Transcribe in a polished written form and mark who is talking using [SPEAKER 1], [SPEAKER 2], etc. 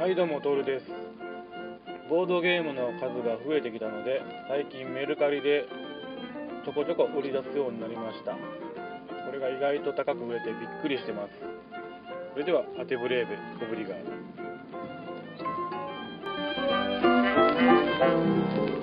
[SPEAKER 1] はいどうも、トールです。ボードゲームの数が増えてきたので、最近メルカリでちょこちょこ売り出すようになりました。これが意外と高く売れてびっくりしてます。それでは、アテブレーベ、オブリガード。